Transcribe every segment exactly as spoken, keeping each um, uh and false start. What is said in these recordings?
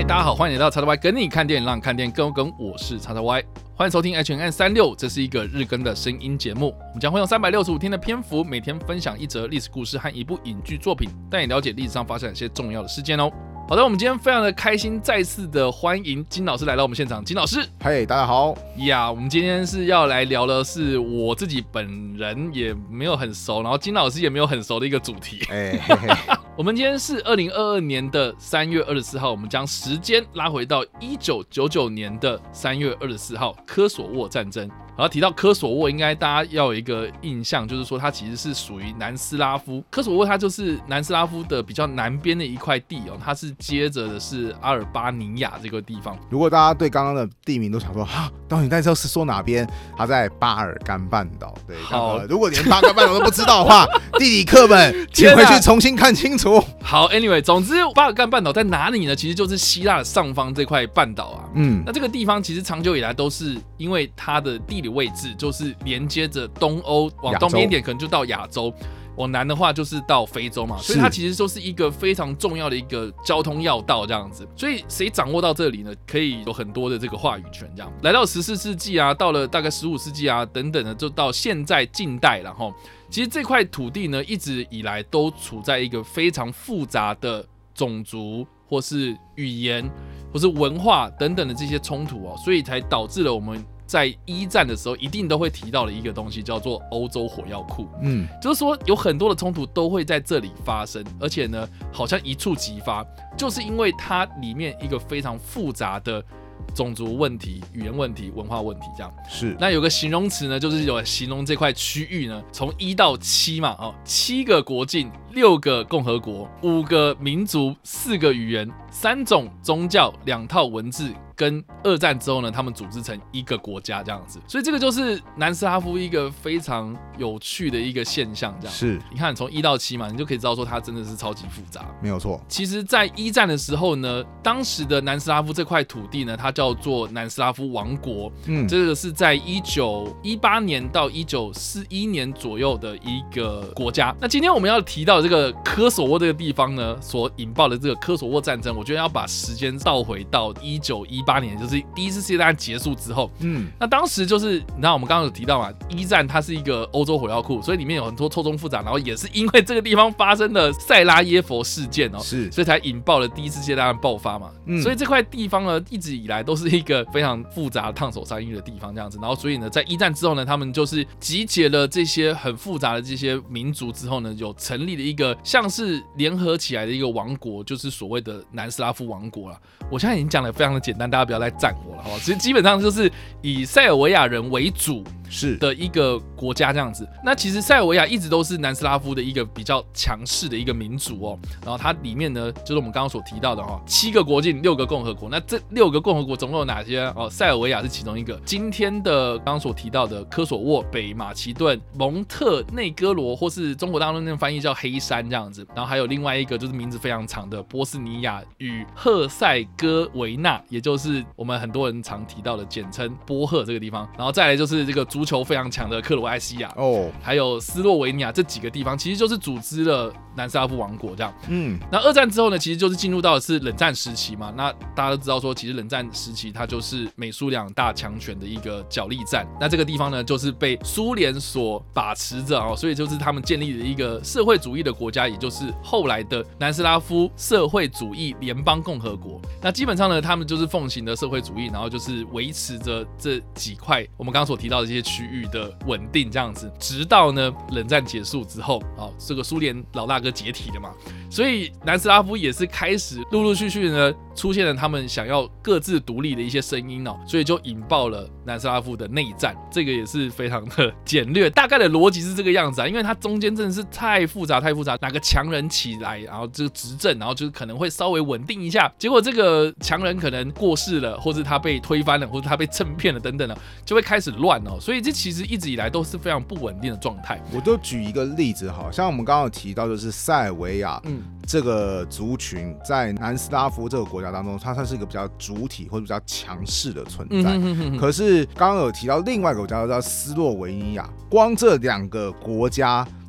大家好，欢迎来到叉叉 Y 跟你看电影，让你看电影更有梗。我是叉叉 Y， 欢迎收听 H N N 三十六，这是一个日更的声音节目。我们将会用三百六十五天的篇幅，每天分享一则历史故事和一部影剧作品，带你了解历史上发生哪些重要的事件哦。好的，我们今天非常的开心，再次的欢迎金老师来到我们现场。金老师， 嘿， hey, 大家好呀！我们今天是要来聊的是我自己本人也没有很熟，然后金老师也没有很熟的一个主题。 哎嘿嘿我们今天是二零二二年的三月二十四号，我们将时间拉回到一九九九年的三月二十四号，科索沃战争。然后提到科索沃，应该大家要有一个印象，就是说它其实是属于南斯拉夫。科索沃它就是南斯拉夫的比较南边的一块地哦，它是接着的是阿尔巴尼亚这个地方。 如果大家对刚刚的地名都想说，哈，到底那时候是说哪边？它在巴尔干半岛。对，好，如果连巴尔干半岛都不知道的话，地理课本请回去重新看清楚。 好 ，Anyway， 总之巴尔干半岛在哪里呢？其实就是希腊的上方这块半岛啊。嗯，那这个地方其实长久以来都是因为它的地理位置就是连接着东欧，往东边一点可能就到亚洲，往南的话就是到非洲嘛，所以它其实就是一个非常重要的一个交通要道这样子。所以谁掌握到这里呢，可以有很多的这个话语权。这样来到十四世纪啊，到了大概十五世纪啊等等的，就到现在近代了哈。其实这块土地呢，一直以来都处在一个非常复杂的种族或是语言或是文化等等的这些冲突哦，所以才导致了我们在一战的时候一定都会提到的一个东西，叫做欧洲火药库。嗯，就是说有很多的冲突都会在这里发生，而且呢，好像一触即发，就是因为它里面一个非常复杂的种族问题、语言问题、文化问题，这样是。 那有个形容词呢，就是有形容这块区域呢，从一到七嘛，哦，七个国境，六个共和国，五个民族，四个语言，三种宗教，两套文字。跟二战之后呢，他们组织成一个国家这样子，所以这个就是南斯拉夫一个非常有趣的一个现象。这样是， 你看从一到七嘛，你就可以知道说它真的是超级复杂， 没有错。 其实，在一战的时候呢，当时的南斯拉夫这块土地呢，它叫做南斯拉夫王国。嗯，这个是在一九一八年到一九四一年左右的一个国家。那今天我们要提到这个科索沃这个地方呢，所引爆的这个科索沃战争，我觉得要把时间倒回到一九一八。八年就是第一次世界大战结束之后，嗯，那当时就是你知道我们刚刚有提到嘛，一战它是一个欧洲火药库，所以里面有很多错综复杂，然后也是因为这个地方发生了塞拉耶佛事件哦，是，所以才引爆了第一次世界大战爆发嘛，嗯，所以这块地方呢一直以来都是一个非常复杂、烫手山芋的地方这样子，然后所以呢，在一战之后呢，他们就是集结了这些很复杂的这些民族之后呢，有成立了一个像是联合起来的一个王国，就是所谓的南斯拉夫王国了。我现在已经讲得非常的简单，大家不要再赞我了，其实基本上就是以塞尔维亚人为主是的一个国家这样子。那其实塞尔维亚一直都是南斯拉夫的一个比较强势的一个民族哦。然后它里面呢，就是我们刚刚所提到的哈，七个国境，六个共和国。那这六个共和国总共有哪些？哦，塞尔维亚是其中一个。今天的刚刚所提到的科索沃、北马其顿、蒙特内哥罗，或是中国大陆那种翻译叫黑山这样子。然后还有另外一个就是名字非常长的波斯尼亚与赫塞哥维纳，也就是我们很多人常提到的简称波赫这个地方。然后再来就是这个足球非常强的克罗埃西亚哦，还有斯洛维尼亚这几个地方，其实就是组织了南斯拉夫王国这样。嗯，那二战之后呢，其实就是进入到的是冷战时期嘛。那大家都知道说，其实冷战时期它就是美苏两大强权的一个角力战。那这个地方呢，就是被苏联所把持着哦，所以就是他们建立了一个社会主义的国家，也就是后来的南斯拉夫社会主义联邦共和国。那基本上呢，他们就是奉行的社会主义，然后就是维持着这几块我们刚刚所提到的这些区域的稳定，这样子，直到呢冷战结束之后，哦，这个苏联老大哥解体了嘛，所以南斯拉夫也是开始陆陆续续呢出现了他们想要各自独立的一些声音哦，所以就引爆了南斯拉夫的内战。这个也是非常的简略，大概的逻辑是这个样子啊，因为它中间真的是太复杂太复杂，哪个强人起来，然后这个执政，然后就是可能会稍微稳定一下，结果这个强人可能过世了，或是他被推翻了，或者他被政骗了等等的，就会开始乱哦。所以这其实一直以来都是非常不稳定的状态。 我就举一个例子，好像我们刚刚有提到，就是塞尔维亚，嗯，这个族群在南斯拉夫这个国家当中，它算是一个比较主体或者比较强势的存在。嗯、哼哼哼可是刚刚有提到另外一个国家叫斯洛维尼亚，光这两个国家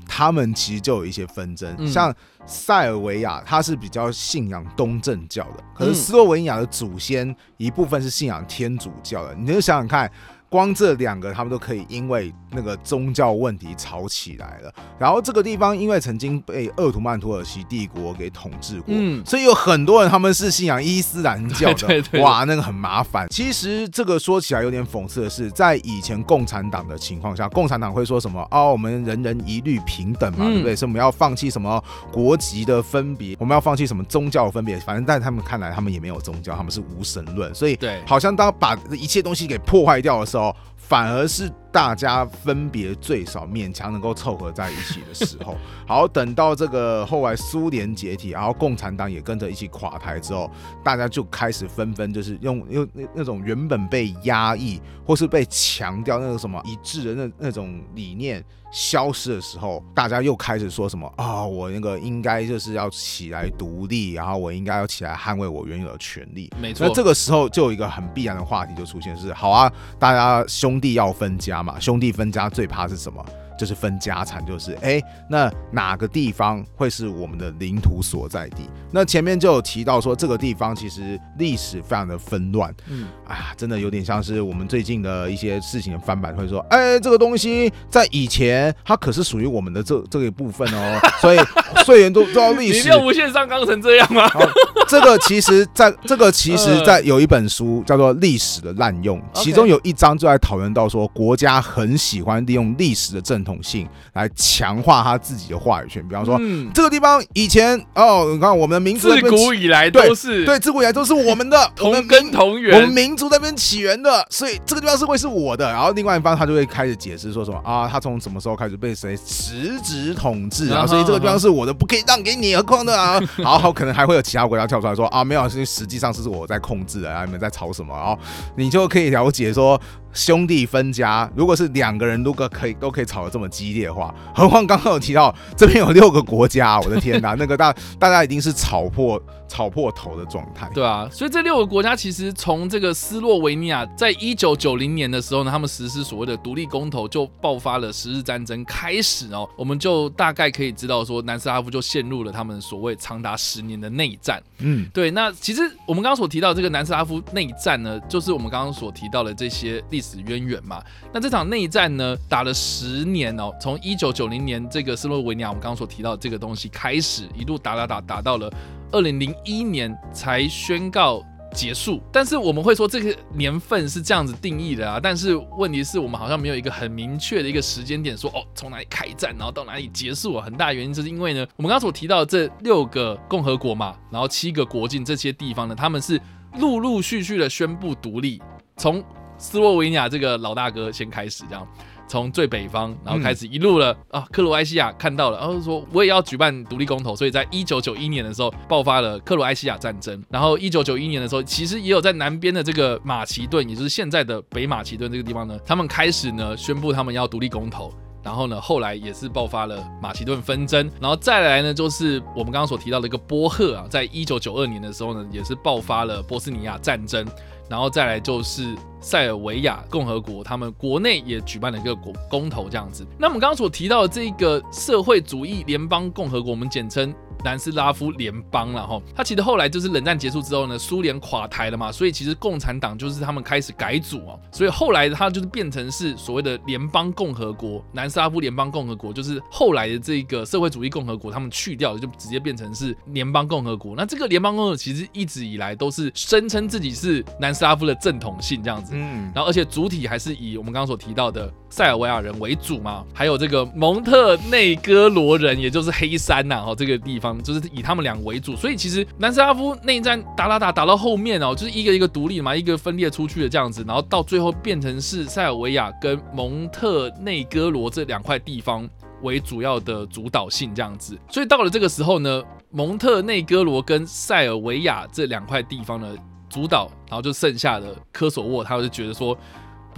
他们其实就有一些纷争，嗯、像塞尔维亚它是比较信仰东正教的，可是斯洛文尼亚的祖先一部分是信仰天主教的，你就想想看。光这两个他们都可以因为那个宗教问题吵起来了，然后这个地方因为曾经被鄂图曼土耳其帝国给统治过、嗯、所以有很多人他们是信仰伊斯兰教的，对对对，哇，那个很麻烦。其实这个说起来有点讽刺的是，在以前共产党的情况下，共产党会说什么哦，我们人人一律平等嘛、嗯、对不对？所以我们要放弃什么国籍的分别，我们要放弃什么宗教的分别，反正在他们看来他们也没有宗教，他们是无神论，所以好像当把一切东西给破坏掉的时候，反而是大家分别最少勉强能够凑合在一起的时候。好，等到这个后来苏联解体，然后共产党也跟着一起垮台之后，大家就开始纷纷就是用用那种原本被压抑或是被强调那个什么一致的 那, 那种理念消失的时候，大家又开始说什么啊、哦，我那个应该就是要起来独立，然后我应该要起来捍卫我原有的权利。 没错， 那这个时候就有一个很必然的话题就出现，是好啊，大家兄弟要分家嘛，兄弟分家最怕是什么？就是分家产，就是哎，那哪个地方会是我们的领土所在地？那前面就有提到说，这个地方其实历史非常的纷乱，嗯，哎呀，真的有点像是我们最近的一些事情的翻版，会说，哎，这个东西在以前它可是属于我们的这这个部分哦，所以岁月都知道历史， 你一定要无限上纲成这样吗？ 这个其实在这个其实在有一本书叫做《历史的滥用》，其中有一章就在讨论到说，国家很喜欢利用历史的正统性来强化他自己的话语权。比方说，嗯、这个地方以前哦，你看我们的民族自古以来都是对, 对，自古以来都是我们的同根同源， 我们民族那边起源的，所以这个地方是会是我的。然后另外一方他就会开始解释说什么啊，他从什么时候开始被谁实质统治啊？所以这个地方是我的，不可以让给你，何况的啊？然后可能还会有其他国家跳出来说啊，没有，实际上是我在控制的啊，你们在吵什么？然后你就可以了解说，兄弟分家，如果是两个人，如果可以都可以吵得这么激烈的话，何况刚刚有提到这边有六个国家，我的天哪，那个大大家已经是吵破吵破头的状态。 对啊，所以这六个国家其实从这个斯洛维尼亚在一九九零年的时候呢，他们实施所谓的独立公投，就爆发了十日战争开始哦，我们就大概可以知道说，南斯拉夫就陷入了他们所谓长达十年的内战。嗯，对，那其实我们刚刚所提到这个南斯拉夫内战呢，就是我们刚刚所提到的这些历史渊源嘛。那这场内战呢，打了十年哦，从一九九零年这个斯洛维尼亚我们刚刚所提到的这个东西开始，一路打打打打到了二零零一年才宣告结束。但是我们会说这个年份是这样子定义的啊，但是问题是我们好像没有一个很明确的一个时间点说，哦，从哪里开战然后到哪里结束啊。很大的原因就是因为呢，我们刚刚所提到的这六个共和国嘛，然后七个国境这些地方呢，他们是陆陆续续的宣布独立，从斯洛维尼亚这个老大哥先开始这样，从最北方，然后开始一路了、嗯、啊，克罗埃西亚看到了，然后说我也要举办独立公投，所以在一九九一年的时候爆发了克罗埃西亚战争。然后一九九一年的时候，其实也有在南边的这个马其顿，也就是现在的北马其顿这个地方呢，他们开始呢宣布他们要独立公投。然后呢，后来也是爆发了马其顿纷争，然后再来呢，就是我们刚刚所提到的一个波赫啊，在一九九二年的时候呢，也是爆发了波斯尼亚战争，然后再来就是塞尔维亚共和国，他们国内也举办了一个公投这样子。那我们刚刚所提到的这个社会主义联邦共和国，我们简称南斯拉夫联邦啦齁，它其实后来就是冷战结束之后呢，苏联垮台了嘛，所以其实共产党就是他们开始改组哦，所以后来它就是变成是所谓的联邦共和国，南斯拉夫联邦共和国，就是后来的这个社会主义共和国他们去掉的，就直接变成是联邦共和国。那这个联邦共和国其实一直以来都是声称自己是南斯拉夫的正统性这样子，嗯，然后而且主体还是以我们刚刚所提到的塞尔维亚人为主嘛，还有这个蒙特内哥罗人，也就是黑山呐、啊，这个地方就是以他们俩为主，所以其实南斯拉夫内战打打打打到后面哦，就是一个一个独立嘛，一个分裂出去的这样子，然后到最后变成是塞尔维亚跟蒙特内哥罗这两块地方为主要的主导性这样子。所以到了这个时候呢，蒙特内哥罗跟塞尔维亚这两块地方呢主导，然后就剩下的科索沃，他就觉得说。不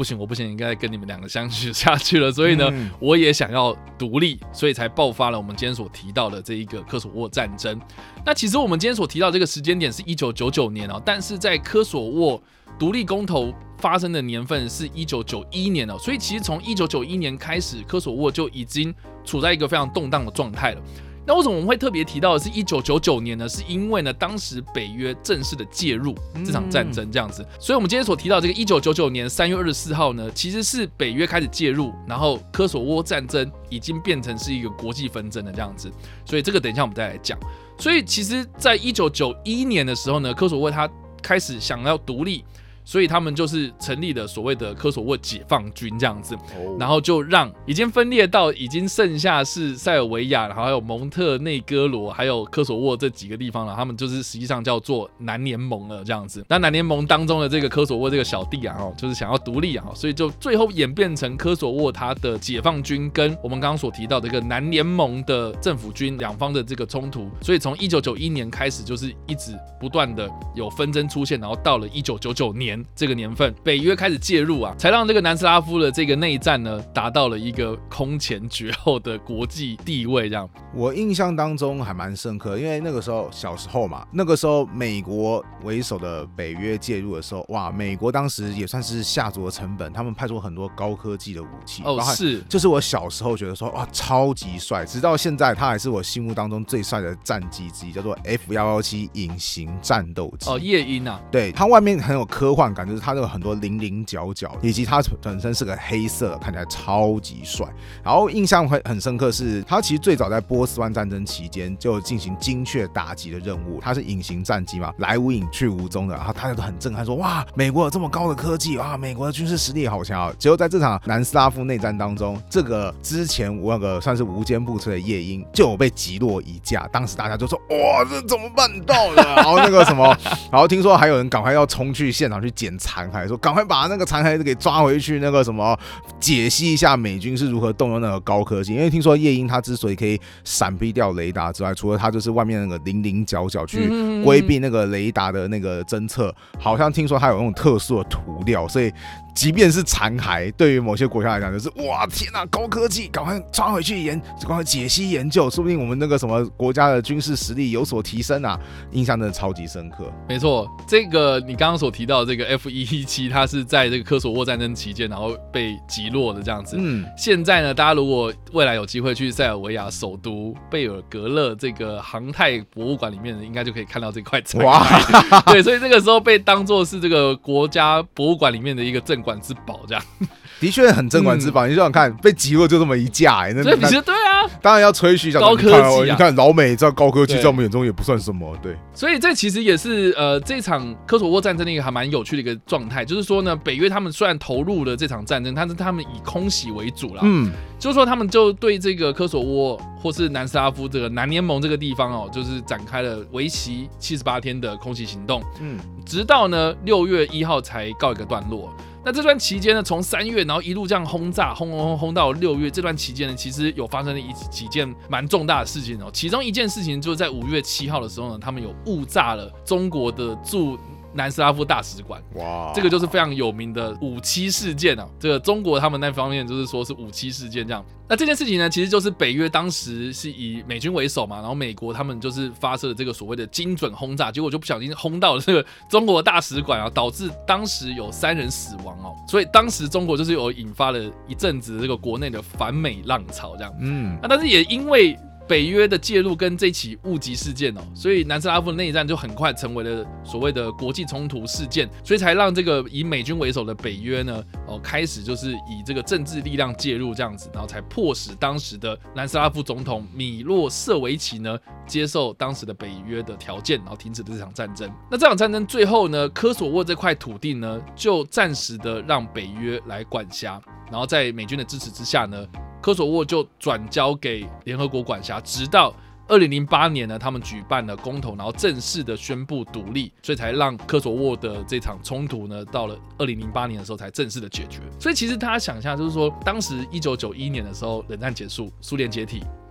不行，我不行，应该跟你们两个相处下去了，所以呢，嗯、我也想要独立，所以才爆发了我们今天所提到的这一个科索沃战争。那其实我们今天所提到这个时间点是一九九九年哦，但是在科索沃独立公投发生的年份是一九九一年哦，所以其实从一九九一年开始，科索沃就已经处在一个非常动荡的状态了。那为什么我们会特别提到的是一九九九年呢？是因为呢，当时北约正式的介入这场战争这样子，所以我们今天所提到这个一九九九年三月二十四号呢，其实是北约开始介入，然后科索沃战争已经变成是一个国际纷争的这样子，所以这个等一下我们再来讲。所以其实，在一九九一年的时候呢，科索沃它开始想要独立。所以他们就是成立了所谓的科索沃解放军这样子，然后就让已经分裂到已经剩下是塞尔维亚，然后还有蒙特内哥罗，还有科索沃这几个地方了，他们就是实际上叫做南联盟了这样子。那南联盟当中的这个科索沃这个小弟啊，就是想要独立啊，所以就最后演变成科索沃它的解放军跟我们刚刚所提到的这个南联盟的政府军两方的这个冲突，所以从一九九一年开始就是一直不断的有纷争出现，然后到了一九九九年。这个年份，北约开始介入啊，才让这个南斯拉夫的这个内战呢，达到了一个空前绝后的国际地位。这样， 我印象当中还蛮深刻，因为那个时候小时候嘛，那个时候美国为首的北约介入的时候，哇，美国当时也算是下足了成本，他们派出很多高科技的武器。 哦，是， 就是我小时候觉得说，哇，超级帅，直到现在，他还是我心目当中最帅的战机之一，叫做 F 一一七隐形战斗机。 哦，夜鹰啊， 对，它外面很有科幻感，就是它有很多棱棱角角，以及它本身是个黑色，看起来超级帅。然后印象很深刻是，它其实最早在波斯湾战争期间就进行精确打击的任务，它是隐形战机嘛，来无影去无踪的。然后他就很震撼说，哇，美国有这么高的科技，哇，美国的军事实力好强啊！结果在这场南斯拉夫内战当中，这个之前我那个算是无坚不摧的夜鹰就有被击落一架，当时大家就说，哇，这怎么办到的？然后那个什么，然后听说还有人赶快要冲去现场去捡残骸，说赶快把那个残骸给抓回去，那个什么解析一下美军是如何动用那个高科技。因为听说夜鹰它之所以可以闪避掉雷达之外，除了它就是外面那个棱棱角角去规避那个雷达的那个侦测，好像听说它有那种特殊的涂料，所以即便是残骸，对于某些国家来讲，就是哇天哪、啊，高科技，赶快抓回去研，赶快解析研究，说不定我们那个什么国家的军事实力有所提升啊！印象真的超级深刻。 没错，这个你刚刚所提到的这个 F 一一七，它是在这个科索沃战争期间，然后被击落的这样子。嗯，现在呢，大家如果未来有机会去塞尔维亚首都贝尔格勒这个航太博物馆里面，应该就可以看到这块残骸。对，所以这个时候被当作是这个国家博物馆里面的一个镇馆之宝，这样。 的确很镇馆之宝，嗯、你想想看，被击落就这么一架、欸， 所以其实对啊， 当然要吹嘘一下高科技、啊你。你看老美在高科技在我们眼中也不算什么，对。 所以这其实也是呃这场科索沃战争的一个还蛮有趣的一个状态，就是说呢，北约他们虽然投入了这场战争，但是他们以空袭为主啦，嗯，就是说他们就对这个科索沃或是南斯拉夫这个南联盟这个地方哦，就是展开了为期七十八天的空袭行动，嗯，直到呢六月一号才告一个段落。那这段期间呢，从三月然后一路这样轰炸，轰轰轰轰到六月，这段期间呢，其实有发生了一几件蛮重大的事情哦。其中一件事情就是在五月七号的时候呢，他们有误炸了中国的驻南斯拉夫大使馆，哇，这个就是非常有名的五七事件啊。这个中国他们那方面就是说是五七事件这样。那这件事情呢，其实就是北约当时是以美军为首嘛，然后美国他们就是发射了这个所谓的精准轰炸，结果就不小心轰到了这个中国大使馆啊，导致当时有三人死亡哦。所以当时中国就是有引发了一阵子这个国内的反美浪潮这样。嗯，那但是也因为北约的介入跟这起误击事件哦，所以南斯拉夫的内战就很快成为了所谓的国际冲突事件，所以才让这个以美军为首的北约呢，哦开始就是以这个政治力量介入这样子，然后才迫使当时的南斯拉夫总统米洛舍维奇呢接受当时的北约的条件，然后停止了这场战争。那这场战争最后呢，科索沃这块土地呢就暂时的让北约来管辖，然后在美军的支持之下呢，科索沃就转交给联合国管辖，直到二零零八年呢，他们举办了公投，然后正式的宣布独立，所以才让科索沃的这场冲突呢，到了二零零八年的时候才正式的解决。所以其实大家想一下，就是说，当时一九九一年的时候，冷战结束，苏联解体，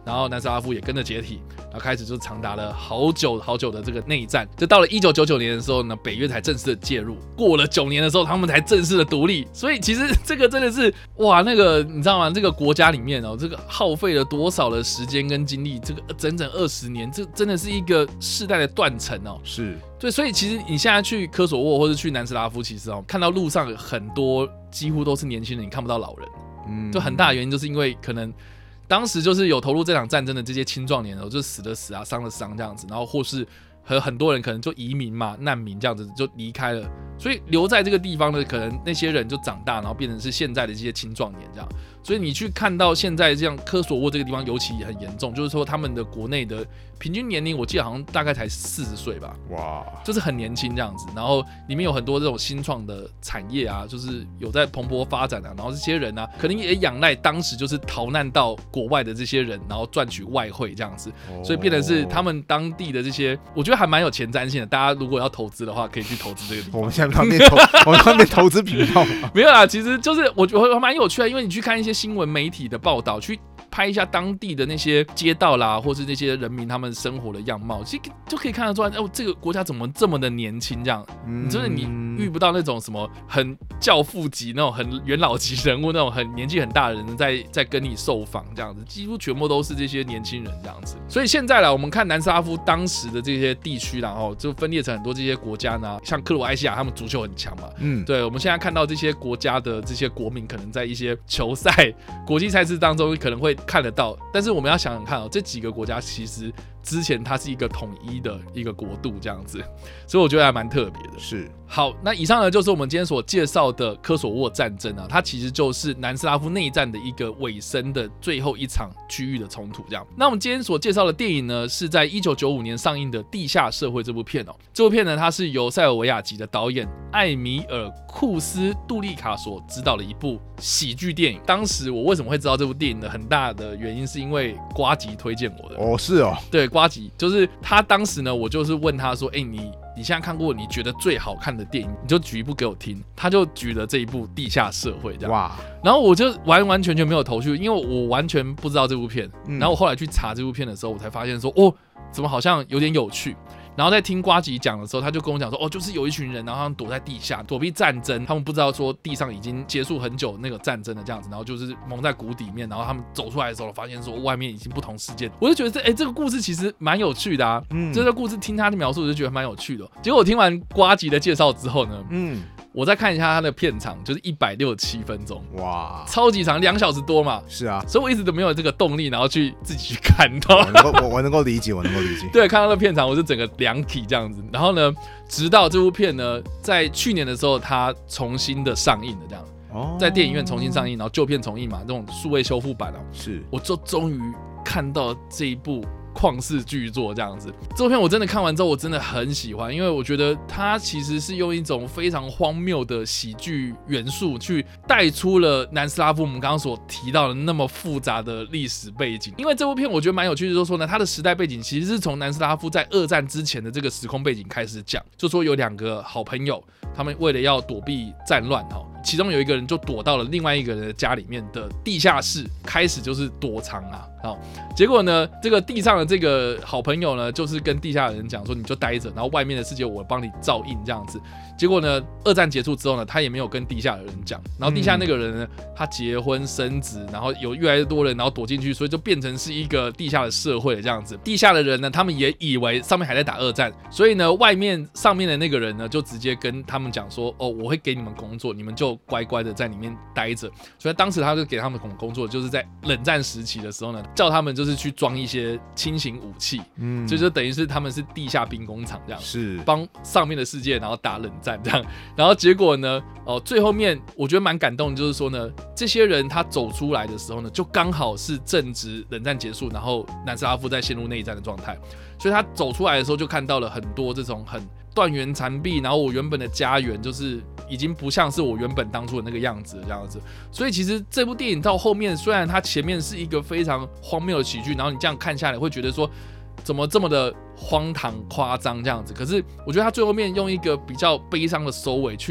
然后南斯拉夫也跟着解体，然后开始就长达了好久好久的这个内战。就到了一九九九年的时候呢，北约才正式的介入，过了九年的时候，他们才正式的独立。所以其实这个真的是哇，那个你知道吗？这个国家里面哦，这个耗费了多少的时间跟精力，这个整整二十年，这真的是一个世代的断层哦。 是。 对，所以其实你现在去科索沃或者去南斯拉夫，其实哦，看到路上很多几乎都是年轻人，你看不到老人。嗯，就很大的原因就是因为可能当时就是有投入这场战争的这些青壮年，就死的死啊，伤的伤这样子，然后或是和很多人可能就移民嘛，难民这样子就离开了，所以留在这个地方的可能那些人就长大，然后变成是现在的这些青壮年这样。所以你去看到现在这样科索沃这个地方尤其很严重，就是说他们的国内的平均年龄我记得好像大概才四十岁吧，哇，就是很年轻这样子。然后里面有很多这种新创的产业啊，就是有在蓬勃发展啊。然后这些人啊，可能也仰赖当时就是逃难到国外的这些人，然后赚取外汇这样子，所以变成是他们当地的这些，我觉得还蛮有前瞻性的。大家如果要投资的话，可以去投资这个地方。 我们现在旁边投，我们旁边投资频道没有啦，其实就是我觉得蛮有趣的，因为你去看一些新闻媒体的报道，去拍一下当地的那些街道啦，或是那些人民他们生活的样貌，其实就可以看得出来，哦，这个国家怎么这么的年轻这样？嗯、你真的你遇不到那种什么很教父级那种很元老级人物，那种很年纪很大的人在在跟你受访这样子，几乎全部都是这些年轻人这样子。所以现在啦，我们看南斯拉夫当时的这些地区啦，哦，就分裂成很多这些国家呢，像克罗埃西亚他们足球很强嘛，嗯，对，我们现在看到这些国家的这些国民可能在一些球赛、国际赛事当中可能会看得到，但是我们要想想看哦，这几个国家其实之前它是一个统一的一个国度这样子，所以我觉得还蛮特别的。 是。 好，那以上呢就是我们今天所介绍的科索沃战争啊，它其实就是南斯拉夫内战的一个尾声的最后一场区域的冲突这样。那我们今天所介绍的电影呢，是在一九九五年上映的《地下社会》这部片哦。这部片呢，它是由塞尔维亚籍的导演艾米尔库斯杜利卡所执导的一部喜剧电影。当时我为什么会知道这部电影的很大的原因，是因为呱吉推荐我的。 哦，是哦， 对，呱吉就是他当时呢，我就是问他说，哎、欸，你。你现在看过你觉得最好看的电影，你就举一部给我听。他就举了这一部《地下社会》这样，哇！然后我就完完全全没有头绪，因为我完全不知道这部片。嗯、然后我后来去查这部片的时候，我才发现说，哦，怎么好像有点有趣。然后在听呱吉讲的时候，他就跟我讲说，哦，就是有一群人，然后他们躲在地下躲避战争，他们不知道说地上已经结束很久那个战争的这样子，然后就是蒙在谷底面，然后他们走出来的时候，发现说外面已经不同世界。我就觉得这，哎、欸，这个故事其实蛮有趣的啊。嗯，这个故事听他的描述，我就觉得蛮有趣的。结果我听完呱吉的介绍之后呢，嗯。我再看一下他的片长，就是一百六十七分钟，哇，超级长，两小时多嘛。 是啊， 所以我一直都没有这个动力，然后去自己去看到。 我能够，我我能够理解，我能够理解。 对，看到那片长，我就整个两体这样子。然后呢，直到这部片呢，在去年的时候，它重新的上映了，这样。哦。在电影院重新上映，然后旧片重映嘛，这种数位修复版啊，是，我就终于看到这一部旷世巨作这样子。这部片我真的看完之后，我真的很喜欢，因为我觉得它其实是用一种非常荒谬的喜剧元素去带出了南斯拉夫我们刚刚所提到的那么复杂的历史背景。因为这部片我觉得蛮有趣的，就是说呢，它的时代背景其实是从南斯拉夫在二战之前的这个时空背景开始讲，就说有两个好朋友，他们为了要躲避战乱哈。其中有一个人就躲到了另外一个人的家里面的地下室，开始就是躲藏啊。好，结果呢，这个地上的这个好朋友呢，就是跟地下的人讲说，你就待着，然后外面的世界我帮你照应这样子。结果呢，二战结束之后呢，他也没有跟地下的人讲，然后地下那个人呢，他结婚生子，然后有越来越多人，然后躲进去，所以就变成是一个地下的社会这样子。地下的人呢，他们也以为上面还在打二战，所以呢，外面上面的那个人呢，就直接跟他们讲说，哦，我会给你们工作，你们就乖乖的在里面待着。所以当时他就给他们工作，就是在冷战时期的时候呢，叫他们就是去装一些轻型武器，嗯，所以就等于是他们是地下兵工厂这样，是帮上面的世界然后打冷战这样。然后结果呢，哦，最后面我觉得蛮感动的，就是说呢，这些人他走出来的时候呢，就刚好是正值冷战结束，然后南斯拉夫在陷入内战的状态，所以他走出来的时候就看到了很多这种很断垣残壁，然后我原本的家园就是已经不像是我原本当初的那个样子这样子。所以其实这部电影到后面，虽然它前面是一个非常荒谬的喜剧，然后你这样看下来会觉得说怎么这么的荒唐夸张这样子，可是我觉得他最后面用一个比较悲伤的收尾去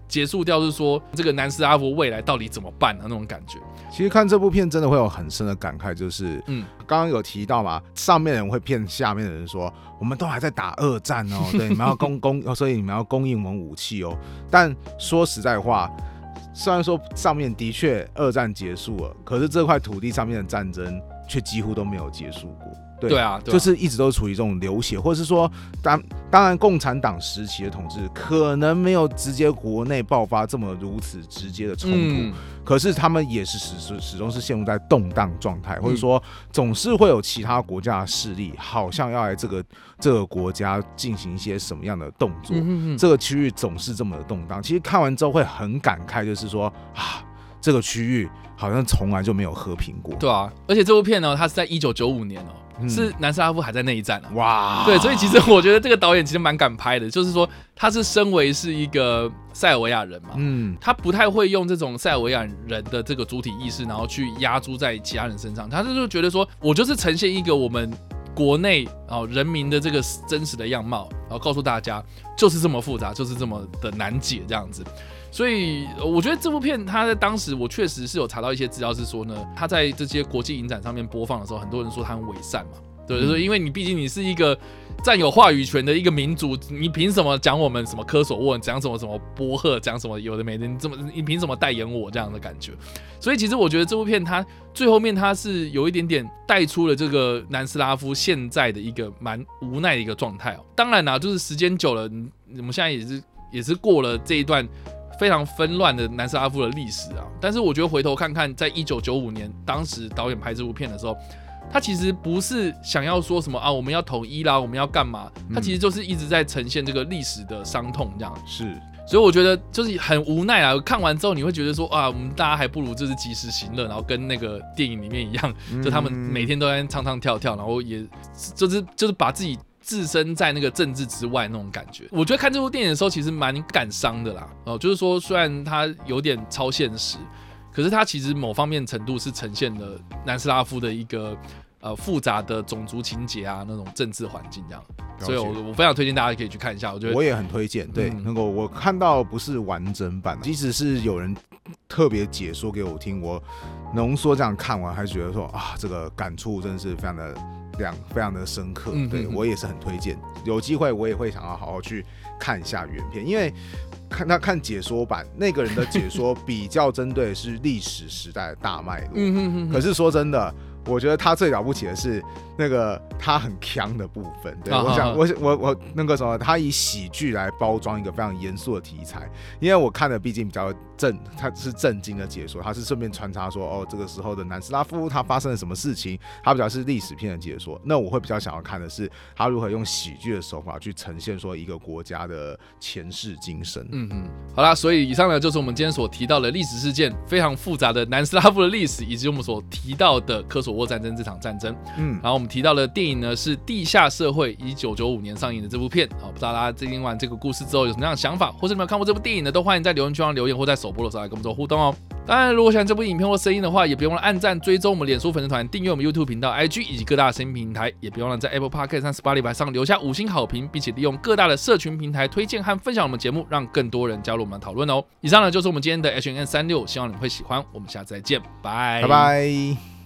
结束掉，是说这个南斯拉夫未来到底怎么办啊那种感觉。 其实看这部片真的会有很深的感慨，就是嗯，刚刚有提到嘛，上面的人会骗下面的人说，我们都还在打二战哦，对，你们要供供，所以你们要供应我们武器哦。但说实在话，虽然说上面的确二战结束了，可是这块土地上面的战争却几乎都没有结束过。对, 对, 啊对啊， 就是一直都处于这种流血，或者是说，当当然共产党时期的统治可能没有直接国内爆发这么如此直接的冲突，嗯、可是他们也是始始终是陷入在动荡状态，或者说总是会有其他国家的势力，好像要来这个这个国家进行一些什么样的动作，嗯、这个区域总是这么的动荡。其实看完之后会很感慨，就是说啊，这个区域好像从来就没有和平过。 对啊，而且这部片呢，它是在一九九五年哦。是南斯拉夫还在内战啊！ 哇， 对，所以其实我觉得这个导演其实蛮敢拍的，就是说他是身为是一个塞尔维亚人嘛，嗯，他不太会用这种塞尔维亚人的这个主体意识，然后去压注在其他人身上，他就觉得说我就是呈现一个我们国内啊人民的这个真实的样貌，然后告诉大家就是这么复杂，就是这么的难解这样子。所以我觉得这部片它在当时我确实是有查到一些资料，是说呢，它在这些国际影展上面播放的时候，很多人说它很伪善嘛，对，嗯、因为你毕竟你是一个占有话语权的一个民族，你凭什么讲我们什么科索沃，讲什么什么波赫，讲什么有的没的，你这么你凭什么代言我这样的感觉？所以其实我觉得这部片它最后面它是有一点点带出了这个南斯拉夫现在的一个蛮无奈的一个状态哦。当然啦、啊，就是时间久了，我们现在也是也是过了这一段非常纷乱的南斯拉夫的历史啊，但是我觉得回头看看，在一九九五年当时导演拍这部片的时候，他其实不是想要说什么啊，我们要统一啦，我们要干嘛？他其实就是一直在呈现这个历史的伤痛，这样是。 所以我觉得就是很无奈啊。看完之后你会觉得说啊，我们大家还不如就是及时行乐，然后跟那个电影里面一样，就他们每天都在唱唱跳跳，然后也就是就是把自己置身在那个政治之外那种感觉。我觉得看这部电影的时候其实蛮感伤的啦。哦，就是说虽然它有点超现实，可是它其实某方面程度是呈现了南斯拉夫的一个呃复杂的种族情节啊，那种政治环境这样。所以我我非常推荐大家可以去看一下。我觉得我也很推荐。对，嗯、那个我看到不是完整版，即使是有人特别解说给我听，我浓缩这样看完，还是觉得说啊，这个感触真的是非常的亮，非常的深刻。嗯、对我也是很推荐，有机会我也会想要好好去看一下原片，因为看他看解说版，那个人的解说比较针对的是历史时代的大脉络。嗯、可是说真的，我觉得他最了不起的是那个他很强的部分。对，我想我我我那个什么，他以喜剧来包装一个非常严肃的题材。因为我看的毕竟比较正，他是正经的解说，他是顺便穿插说哦，这个时候的南斯拉夫他发生了什么事情，他比较是历史片的解说。那我会比较想要看的是他如何用喜剧的手法去呈现说一个国家的前世今生。 嗯嗯，好啦，所以以上呢就是我们今天所提到的历史事件，非常复杂的南斯拉夫的历史，以及我们所提到的科索沃战争这场战争。嗯，然后我们提到的电影呢是《地下社会》，一九九五年上映的这部片。好，不知道大家听完这个故事之后有什么样的想法，或是你们有看过这部电影呢？都欢迎在留言区上留言，或在首播的时候来跟我们做互动哦。当然，如果喜欢这部影片或声音的话，也别忘了按赞、追踪我们脸书粉丝团、订阅我们 YouTube 频道、I G 以及各大声音平台，也别忘了在 Apple Podcast 和 Spotify 上留下五星好评，并且利用各大的社群平台推荐和分享我们节目，让更多人加入我们的讨论哦。以上呢就是我们今天的 H N N 三六，希望你们会喜欢。我们下次再见，拜拜拜。